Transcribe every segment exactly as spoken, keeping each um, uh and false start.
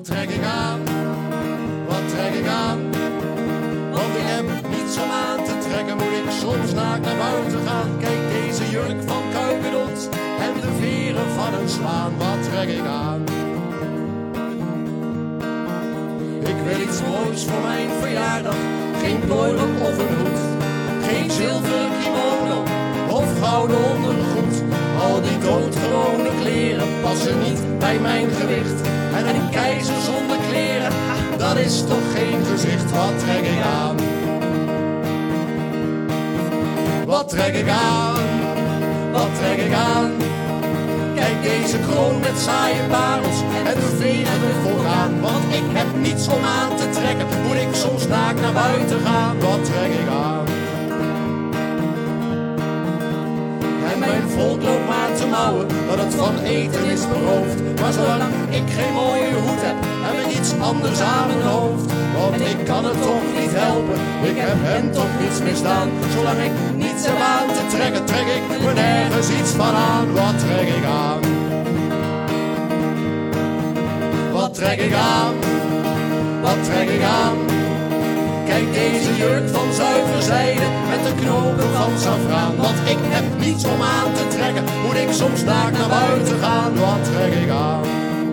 Wat trek ik aan? Wat trek ik aan? Want ik heb niets om aan te trekken, moet ik soms naakt naar buiten gaan. Kijk deze jurk van kuikendot en de veren van een zwaan. Wat trek ik aan? Ik wil iets moois voor mijn verjaardag. Geen plooirok of een hoed. Geen zilveren kimono of gouden ondergoed. Al die doodgewone kleren passen niet bij mijn gewicht. En een keizer zonder kleren, ha, dat is toch geen gezicht. Wat trek ik aan? Wat trek ik aan? Wat trek ik aan? Kijk deze kroon met saaie parels en de veren vooraan. Want ik heb niets om aan te trekken, moet ik soms naakt naar buiten gaan. Wat trek ik aan? En mijn volk loopt maar te mouwen, dat het van eten is beroofd. Maar zolang ik geen mooie hoed heb, heb ik iets anders aan mijn hoofd. Want ik kan het toch niet helpen, ik heb hen toch niets misdaan. Zolang ik niets heb aan te trekken, trek ik me nergens iets van aan. Wat trek ik aan? Wat trek ik aan? Wat trek ik aan? Kijk deze jurk van zuiver zijde met de knopen van saffraan. Want ik heb niets om aan te trekken, moet ik soms naakt naar buiten gaan. Wat trek ik aan?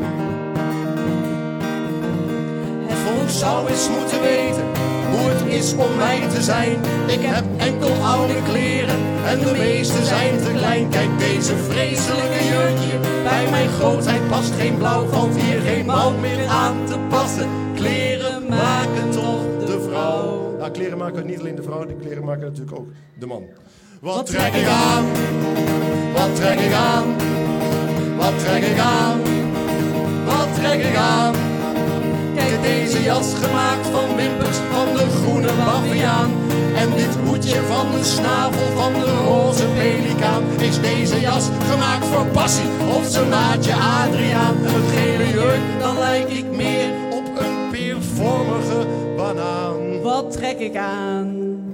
Het volk zou eens moeten weten hoe het is om mij te zijn. Ik heb enkel oude kleren en de meeste zijn te klein. Kijk deze vreselijke jurkje, bij mijn grootheid past geen blauw. Valt hier geen mouw meer aan te passen. Kleren maken toch de vrouw. Nou, kleren maken niet alleen de vrouw, die kleren maken natuurlijk ook de man. Wat, Wat trek ik aan? Wat trek ik aan? Wat trek ik aan? Wat trek ik aan? Kijk deze jas gemaakt van wimpers van de groene baviaan. En dit hoedje van de snavel van de roze pelikaan. Is deze jas gemaakt voor Passie of zijn maatje Adriaan? Een gele jurk, dan lijk ik meer op een peervormige banaan. Wat trek ik aan?